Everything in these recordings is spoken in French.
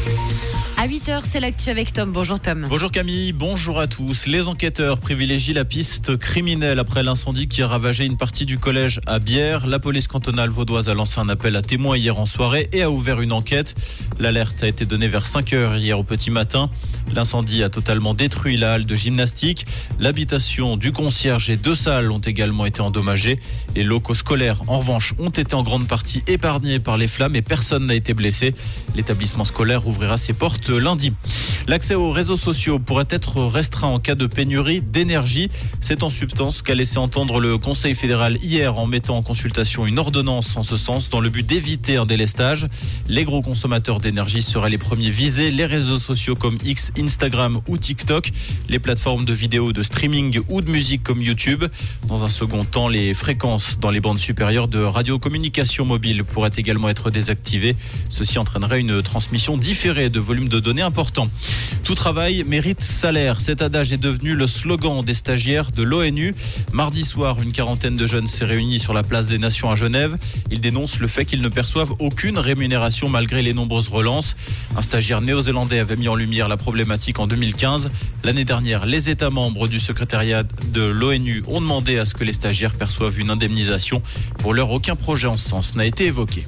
À 8h, c'est l'actu avec Tom. Bonjour Tom. Bonjour Camille, bonjour à tous. Les enquêteurs privilégient la piste criminelle après l'incendie qui a ravagé une partie du collège à Bière. La police cantonale vaudoise a lancé un appel à témoins hier en soirée et a ouvert une enquête. L'alerte a été donnée vers 5h hier au petit matin. L'incendie a totalement détruit la halle de gymnastique. L'habitation du concierge et 2 salles ont également été endommagées. Les locaux scolaires, en revanche, ont été en grande partie épargnés par les flammes et personne n'a été blessé. L'établissement scolaire ouvrira ses portes lundi. L'accès aux réseaux sociaux pourrait être restreint en cas de pénurie d'énergie. C'est en substance qu'a laissé entendre le Conseil fédéral hier en mettant en consultation une ordonnance en ce sens dans le but d'éviter un délestage. Les gros consommateurs d'énergie seraient les premiers visés. Les réseaux sociaux comme X, Instagram ou TikTok, les plateformes de vidéos, de streaming ou de musique comme YouTube. Dans un second temps, les fréquences dans les bandes supérieures de radiocommunication mobile pourraient également être désactivées. Ceci entraînerait une transmission différée de volumes de données importants. Tout travail mérite salaire. Cet adage est devenu le slogan des stagiaires de l'ONU. Mardi soir, une quarantaine de jeunes s'est réunie sur la place des Nations à Genève. Ils dénoncent le fait qu'ils ne perçoivent aucune rémunération malgré les nombreuses relances. Un stagiaire néo-zélandais avait mis en lumière la problématique en 2015. L'année dernière, les États membres du secrétariat de l'ONU ont demandé à ce que les stagiaires perçoivent une indemnisation. Pour l'heure, aucun projet en ce sens n'a été évoqué.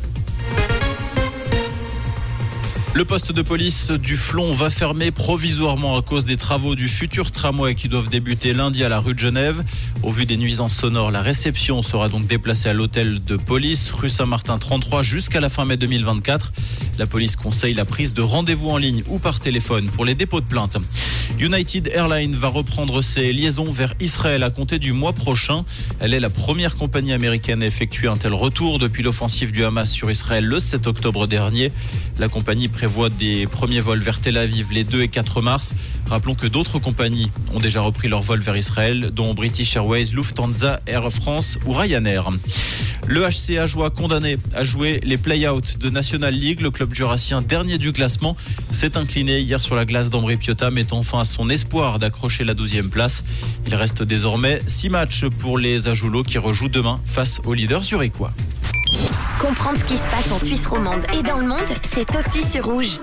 Le poste de police du Flon va fermer provisoirement à cause des travaux du futur tramway qui doivent débuter lundi à la rue de Genève. Au vu des nuisances sonores, la réception sera donc déplacée à l'hôtel de police, rue Saint-Martin 33, jusqu'à la fin mai 2024. La police conseille la prise de rendez-vous en ligne ou par téléphone pour les dépôts de plainte. United Airlines va reprendre ses liaisons vers Israël à compter du mois prochain. Elle est la première compagnie américaine à effectuer un tel retour depuis l'offensive du Hamas sur Israël le 7 octobre dernier. La compagnie prévoit des premiers vols vers Tel Aviv les 2 et 4 mars. Rappelons que d'autres compagnies ont déjà repris leurs vols vers Israël, dont British Airways, Lufthansa, Air France ou Ryanair. Le HC Ajoie condamné à jouer les play-outs de National League. Le club jurassien, dernier du classement, s'est incliné hier sur la glace d'Ambri-Piotta, mettant fin à son espoir d'accrocher la 12e place. Il reste désormais 6 matchs pour les Ajoulots qui rejouent demain face aux leaders zurichois. Comprendre ce qui se passe en Suisse romande et dans le monde, c'est aussi sur Rouge.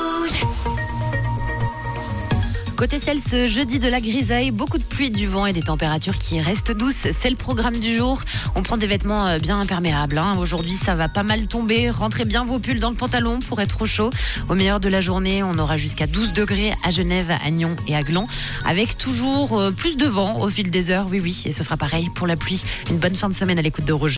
Côté ciel, ce jeudi de la grisaille, beaucoup de pluie, du vent et des températures qui restent douces. C'est le programme du jour. On prend des vêtements bien imperméables. Aujourd'hui, ça va pas mal tomber. Rentrez bien vos pulls dans le pantalon pour être au chaud. Au meilleur de la journée, on aura jusqu'à 12 degrés à Genève, à Nyon et à Gland, avec toujours plus de vent au fil des heures. Oui, et ce sera pareil pour la pluie. Une bonne fin de semaine à l'écoute de Rouge.